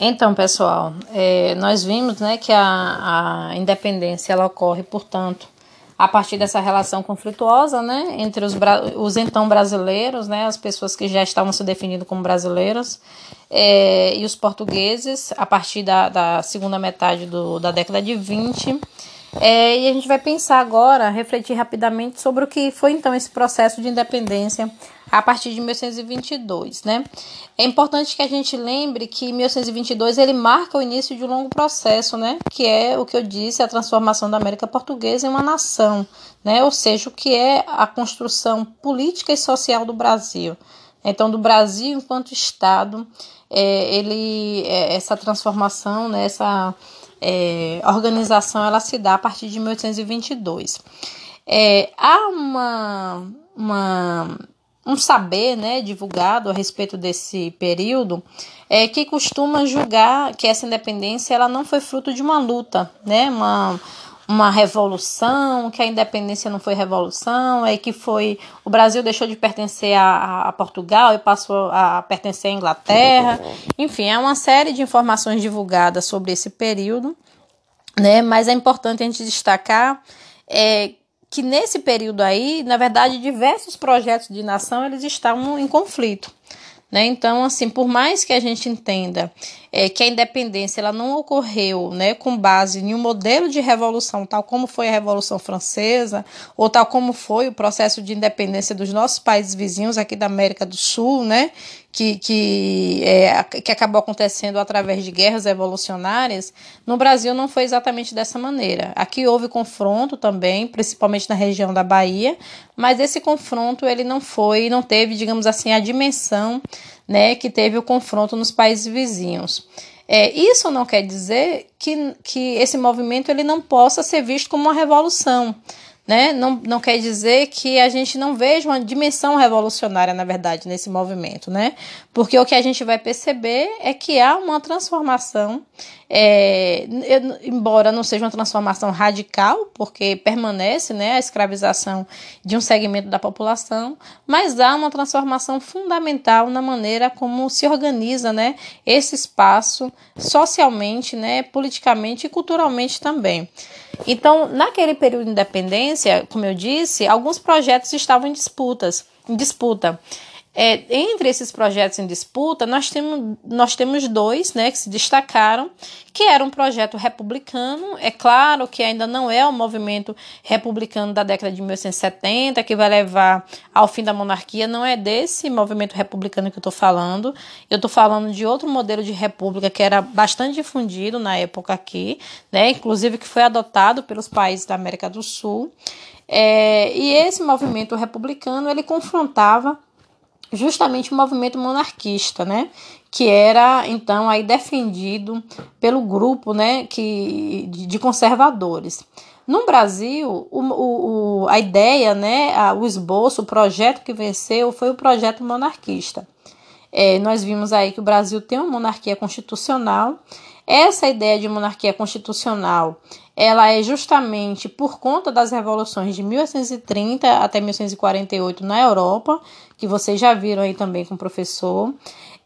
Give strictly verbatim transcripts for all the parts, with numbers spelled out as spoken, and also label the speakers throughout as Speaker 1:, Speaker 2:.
Speaker 1: Então, pessoal, é, nós vimos, né, que a, a independência ela ocorre, portanto, a partir dessa relação conflituosa, né, entre os, os então brasileiros, né, as pessoas que já estavam se definindo como brasileiros, é, e os portugueses, a partir da, da segunda metade do, da década de vinte. É, e a gente vai pensar agora, refletir rapidamente sobre o que foi então esse processo de independência a partir de mil oitocentos e vinte e dois, né? É importante que a gente lembre que mil oitocentos e vinte e dois ele marca o início de um longo processo, né? Que é o que eu disse, a transformação da América Portuguesa em uma nação, né? Ou seja, o que é a construção política e social do Brasil. Então, do Brasil enquanto Estado, é, ele, é, essa transformação, né? Essa É, a organização ela se dá a partir de mil oitocentos e vinte e dois. É, há uma, uma, um saber, né, divulgado a respeito desse período é, que costuma julgar que essa independência ela não foi fruto de uma luta, né, uma, uma revolução, que a independência não foi revolução, é que foi o Brasil deixou de pertencer a, a Portugal e passou a pertencer à Inglaterra. Enfim, é uma série de informações divulgadas sobre esse período, né? Mas é importante a gente destacar é, que nesse período aí, na verdade, diversos projetos de nação eles estavam em conflito. Né? Então, assim, por mais que a gente entenda é, que a independência ela não ocorreu, né, com base em um modelo de revolução, tal como foi a Revolução Francesa, ou tal como foi o processo de independência dos nossos países vizinhos aqui da América do Sul, né, que, que, é, que acabou acontecendo através de guerras revolucionárias, no Brasil não foi exatamente dessa maneira. Aqui houve confronto também, principalmente na região da Bahia, mas esse confronto ele não foi, não teve, digamos assim, a dimensão, né, que teve o confronto nos países vizinhos. É, isso não quer dizer que, que esse movimento ele não possa ser visto como uma revolução, né? Não, não quer dizer que a gente não veja uma dimensão revolucionária, na verdade, nesse movimento, né? Porque o que a gente vai perceber é que há uma transformação, é, embora não seja uma transformação radical, porque permanece, né, a escravização de um segmento da população, mas há uma transformação fundamental na maneira como se organiza, né, esse espaço socialmente, né, politicamente e culturalmente também. Então, naquele período de independência, como eu disse, alguns projetos estavam em disputas, em disputa. É, entre esses projetos em disputa, nós temos, nós temos dois, né, que se destacaram, que era um projeto republicano. É claro que ainda não é o movimento republicano da década de mil oitocentos e setenta, que vai levar ao fim da monarquia, não é desse movimento republicano que eu estou falando. Eu estou falando de outro modelo de república que era bastante difundido na época aqui, né, inclusive que foi adotado pelos países da América do Sul. É, e esse movimento republicano, ele confrontava justamente o movimento monarquista, né, que era então aí defendido pelo grupo, né, que, de, de conservadores. No Brasil, o, o, a ideia, né, a, o esboço, o projeto que venceu foi o projeto monarquista. É, nós vimos aí que o Brasil tem uma monarquia constitucional. Essa ideia de monarquia constitucional, ela é justamente por conta das revoluções de mil oitocentos e trinta até mil oitocentos e quarenta e oito na Europa, que vocês já viram aí também com o professor.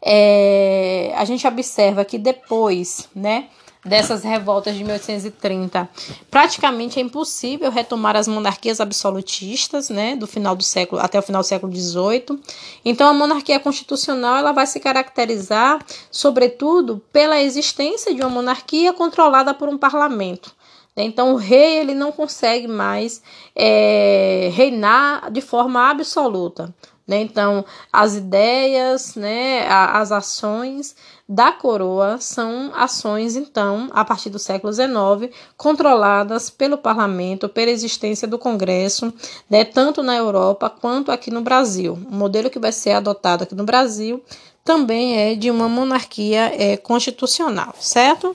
Speaker 1: É, a gente observa que depois, né, dessas revoltas de mil oitocentos e trinta, praticamente é impossível retomar as monarquias absolutistas, né, do final do século até o final do século dezoito. Então, a monarquia constitucional ela vai se caracterizar, sobretudo, pela existência de uma monarquia controlada por um parlamento. Então, o rei ele não consegue mais é, reinar de forma absoluta. Né? Então, as ideias, né, as ações da coroa são ações, então, a partir do século dezenove, controladas pelo parlamento, pela existência do Congresso, né, tanto na Europa quanto aqui no Brasil. O modelo que vai ser adotado aqui no Brasil também é de uma monarquia é, constitucional, certo?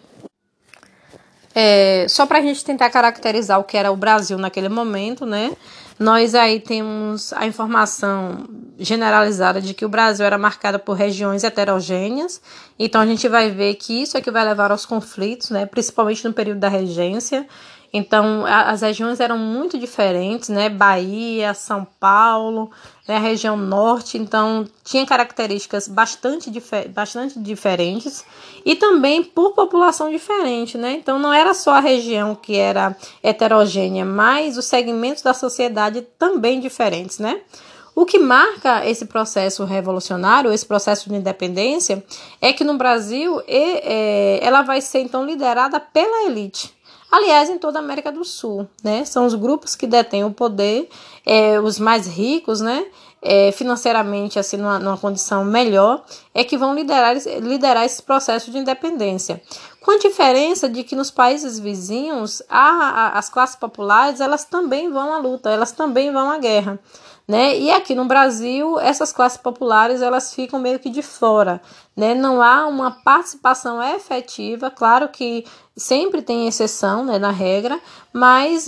Speaker 1: É, só para a gente tentar caracterizar o que era o Brasil naquele momento, né? Nós aí temos a informação generalizada de que o Brasil era marcado por regiões heterogêneas. Então, a gente vai ver que isso é que vai levar aos conflitos, né? Principalmente no período da regência. Então, a, as regiões eram muito diferentes, né? Bahia, São Paulo, né, a região norte, então tinha características bastante, difer- bastante diferentes e também por população diferente, né? Então não era só a região que era heterogênea, mas os segmentos da sociedade também diferentes, né? O que marca esse processo revolucionário, esse processo de independência, é que no Brasil e, é, ela vai ser então liderada pela elite. Aliás, em toda a América do Sul, né? São os grupos que detêm o poder, é, os mais ricos, né? É, financeiramente, assim, numa, numa condição melhor, é que vão liderar, liderar esse processo de independência. Com a diferença de que nos países vizinhos, a, a, as classes populares, elas também vão à luta, elas também vão à guerra. Né? E aqui no Brasil, essas classes populares elas ficam meio que de fora, né? Não há uma participação efetiva, claro que sempre tem exceção, né, na regra, mas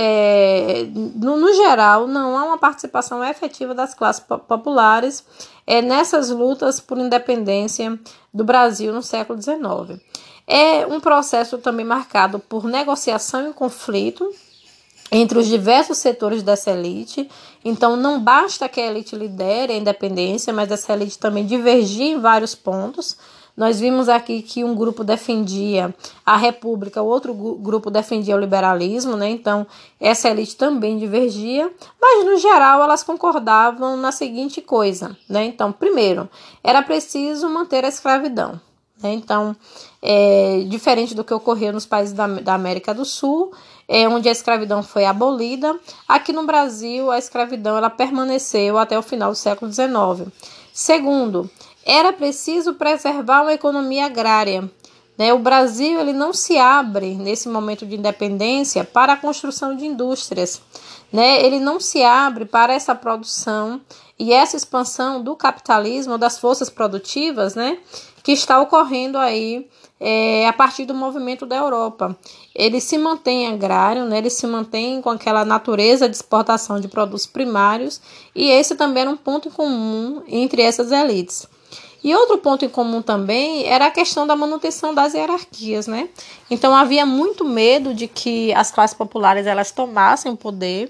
Speaker 1: é, no, no geral não há uma participação efetiva das classes populares é, nessas lutas por independência do Brasil no século dezenove. É um processo também marcado por negociação e conflito entre os diversos setores dessa elite. Então não basta que a elite lidere a independência, mas essa elite também divergia em vários pontos. Nós vimos aqui que um grupo defendia a república, o outro grupo defendia o liberalismo, né? Então essa elite também divergia, mas no geral elas concordavam na seguinte coisa, né? Então, primeiro, era preciso manter a escravidão. Então, é, diferente do que ocorreu nos países da, da América do Sul, é, onde a escravidão foi abolida, aqui no Brasil a escravidão ela permaneceu até o final do século dezenove. Segundo, era preciso preservar uma economia agrária. Né? O Brasil ele não se abre nesse momento de independência para a construção de indústrias. Né? Ele não se abre para essa produção e essa expansão do capitalismo, das forças produtivas, né? Que está ocorrendo aí é, a partir do movimento da Europa. Ele se mantém agrário, né? Ele se mantém com aquela natureza de exportação de produtos primários, e esse também era um ponto em comum entre essas elites. E outro ponto em comum também era a questão da manutenção das hierarquias, né? Então havia muito medo de que as classes populares elas tomassem o poder,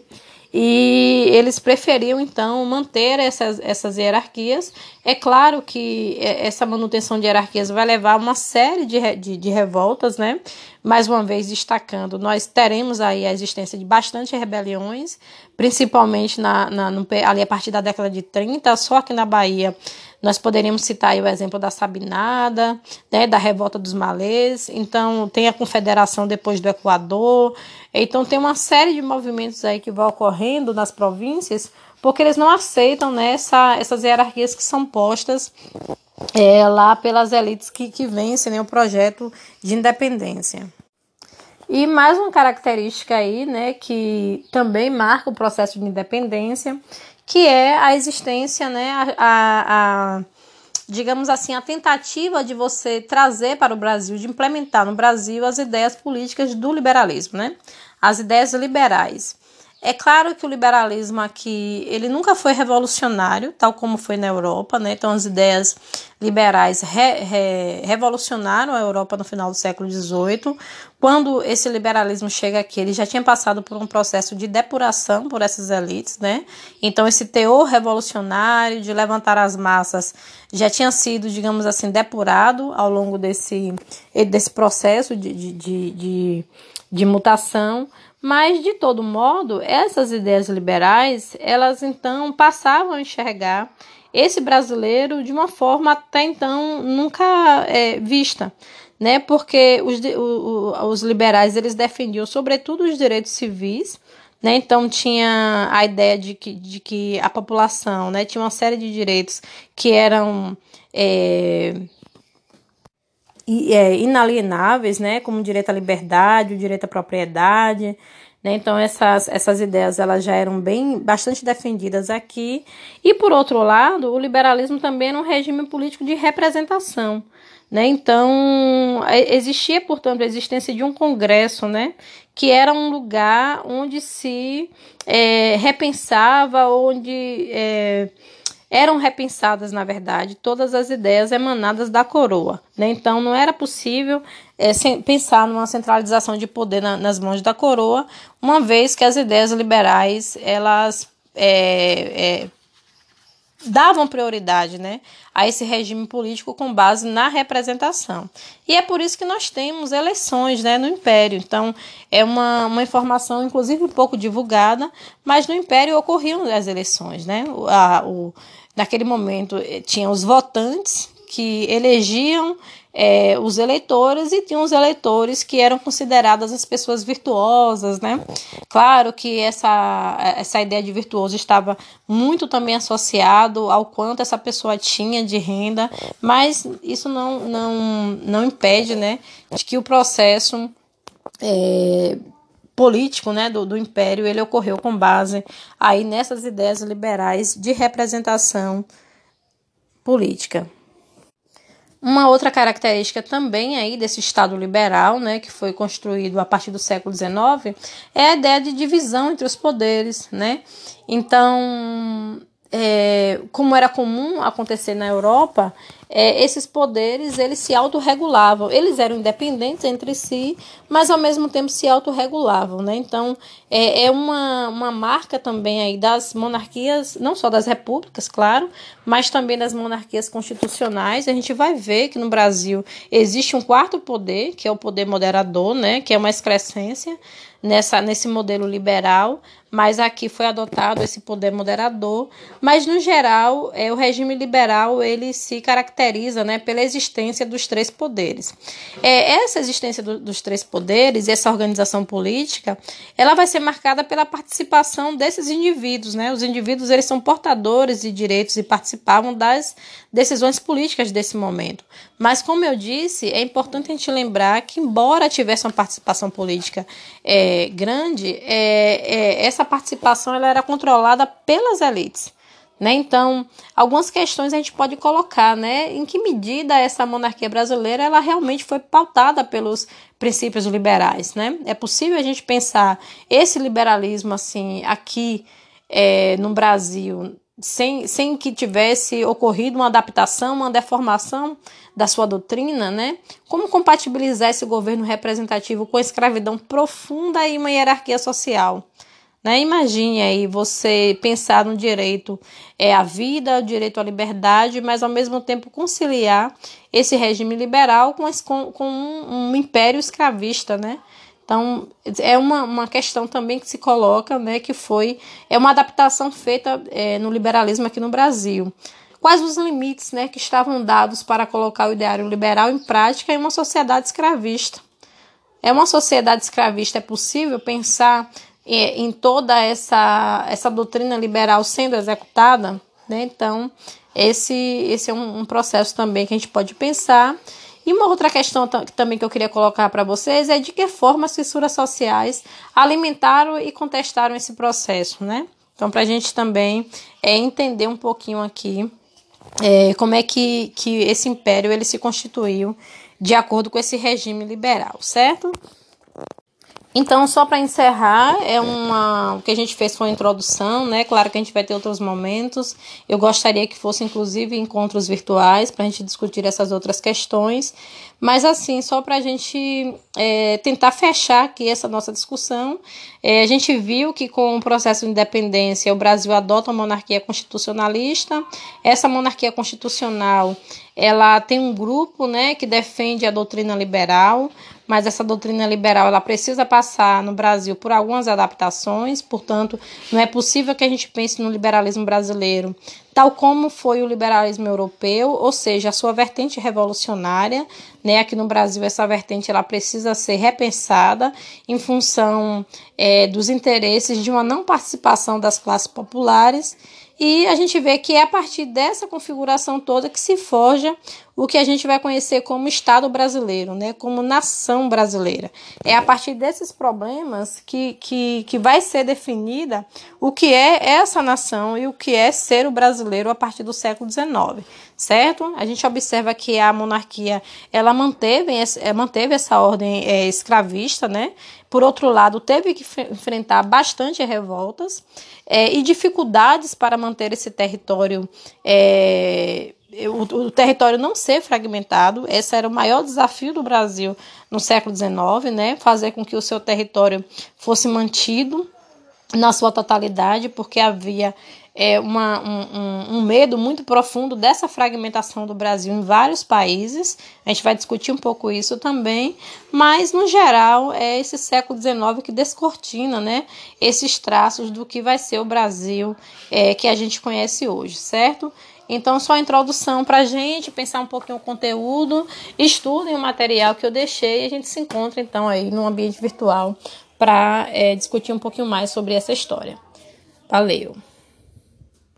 Speaker 1: e eles preferiam, então, manter essas, essas hierarquias. É claro que essa manutenção de hierarquias vai levar a uma série de, de, de revoltas, né? Mais uma vez destacando, nós teremos aí a existência de bastante rebeliões, principalmente na, na, no, ali a partir da década de trinta, só aqui na Bahia. Nós poderíamos citar aí o exemplo da Sabinada, né, da Revolta dos Malês. Então, tem a Confederação depois do Equador. Então, tem uma série de movimentos aí que vão ocorrendo nas províncias, porque eles não aceitam, né, essa, essas hierarquias que são postas é, lá pelas elites que, que vencem, né, o projeto de independência. E mais uma característica aí, né, que também marca o processo de independência, que é a existência, né, a, a, a, digamos assim, a tentativa de você trazer para o Brasil, de implementar no Brasil as ideias políticas do liberalismo, né, as ideias liberais. É claro que o liberalismo aqui, ele nunca foi revolucionário, tal como foi na Europa, né? Então as ideias liberais re, re, revolucionaram a Europa no final do século dezoito. Quando esse liberalismo chega aqui, ele já tinha passado por um processo de depuração por essas elites, né? Então esse teor revolucionário de levantar as massas já tinha sido, digamos assim, depurado ao longo desse, desse processo de, de, de, de, de mutação. Mas, de todo modo, essas ideias liberais, elas então passavam a enxergar esse brasileiro de uma forma até então nunca é, vista, né? Porque os, o, os liberais eles defendiam sobretudo os direitos civis, né? Então tinha a ideia de que, de que a população, né, tinha uma série de direitos que eram é, inalienáveis, né, como o direito à liberdade, o direito à propriedade, né, então essas, essas ideias elas já eram bem, bastante defendidas aqui. E por outro lado, o liberalismo também era um regime político de representação, né, então existia, portanto, a existência de um congresso, né, que era um lugar onde se é, repensava, onde é, eram repensadas, na verdade, todas as ideias emanadas da coroa, né? Então, não era possível é, pensar numa centralização de poder na, nas mãos da coroa, uma vez que as ideias liberais, elas é, é, davam prioridade, né, a esse regime político com base na representação. E é por isso que nós temos eleições, né, no Império. Então, é uma, uma informação, inclusive, pouco divulgada, mas no Império ocorriam as eleições, né? O, a, o, naquele momento, tinha os votantes que elegiam é, os eleitores, e tinham os eleitores que eram consideradas as pessoas virtuosas, né? Claro que essa, essa ideia de virtuoso estava muito também associado ao quanto essa pessoa tinha de renda, mas isso não, não, não impede, né, de que o processo é, político, né, do, do Império, ele ocorreu com base aí nessas ideias liberais de representação política. Uma outra característica também aí desse Estado liberal, né, que foi construído a partir do século dezenove, é a ideia de divisão entre os poderes, né? Então, é, como era comum acontecer na Europa, é, esses poderes eles se autorregulavam, eles eram independentes entre si, mas ao mesmo tempo se autorregulavam, né? Então é, é uma, uma marca também aí das monarquias, não só das repúblicas, claro, mas também das monarquias constitucionais. A gente vai ver que no Brasil existe um quarto poder, que é o poder moderador, né? Que é uma excrescência nessa, nesse modelo liberal, mas aqui foi adotado esse poder moderador. Mas no geral, é, o regime liberal ele se caracteriza, né, pela existência dos três poderes. É, essa existência do, dos três poderes, essa organização política, ela vai ser marcada pela participação desses indivíduos, né? Os indivíduos eles são portadores de direitos e participavam das decisões políticas desse momento. Mas, como eu disse, é importante a gente lembrar que, embora tivesse uma participação política é, grande, é, é, essa participação ela era controlada pelas elites. Né? Então, algumas questões a gente pode colocar, né? Em que medida essa monarquia brasileira ela realmente foi pautada pelos princípios liberais, né? É possível a gente pensar esse liberalismo assim aqui é, no Brasil sem, sem que tivesse ocorrido uma adaptação, uma deformação da sua doutrina, né? Como compatibilizar esse governo representativo com a escravidão profunda e uma hierarquia social? Né? Imagine aí você pensar no direito é, à vida, o direito à liberdade, mas ao mesmo tempo conciliar esse regime liberal com, esse, com, com um, um império escravista, né? Então, é uma, uma questão também que se coloca, né, que foi é uma adaptação feita é, no liberalismo aqui no Brasil. Quais os limites, né, que estavam dados para colocar o ideário liberal em prática em uma sociedade escravista? É uma sociedade escravista, é possível pensar em toda essa, essa doutrina liberal sendo executada, né? Então, esse, esse é um, um processo também que a gente pode pensar. E uma outra questão t- também que eu queria colocar para vocês é de que forma as fissuras sociais alimentaram e contestaram esse processo, né? Então, para a gente também é, entender um pouquinho aqui é, como é que, que esse império ele se constituiu de acordo com esse regime liberal, certo? Então, só para encerrar, é uma, o que a gente fez foi uma introdução, né? Claro que a gente vai ter outros momentos. Eu gostaria que fosse, inclusive, encontros virtuais para a gente discutir essas outras questões. Mas, assim, só para a gente é, tentar fechar aqui essa nossa discussão, é, a gente viu que com o processo de independência o Brasil adota uma monarquia constitucionalista. Essa monarquia constitucional, ela tem um grupo, né, que defende a doutrina liberal, mas essa doutrina liberal ela precisa passar no Brasil por algumas adaptações, portanto, não é possível que a gente pense no liberalismo brasileiro tal como foi o liberalismo europeu, ou seja, a sua vertente revolucionária, né? Aqui no Brasil essa vertente ela precisa ser repensada em função é, dos interesses de uma não participação das classes populares. E a gente vê que é a partir dessa configuração toda que se forja o que a gente vai conhecer como Estado brasileiro, né? Como nação brasileira. É a partir desses problemas que, que, que vai ser definida o que é essa nação e o que é ser o brasileiro a partir do século dezenove, certo? A gente observa que a monarquia ela manteve, manteve essa ordem é, escravista, né? Por outro lado, teve que enfrentar bastante revoltas é, e dificuldades para manter esse território, é, o, o território não ser fragmentado. Esse era o maior desafio do Brasil no século dezenove, né? Fazer com que o seu território fosse mantido na sua totalidade, porque havia é, uma, um, um, um medo muito profundo dessa fragmentação do Brasil em vários países. A gente vai discutir um pouco isso também, mas no geral é esse século dezenove que descortina, né, esses traços do que vai ser o Brasil é, que a gente conhece hoje, certo? Então, só a introdução para a gente pensar um pouquinho o conteúdo, estudem o material que eu deixei e a gente se encontra então aí no ambiente virtual para é, discutir um pouquinho mais sobre essa história. Valeu!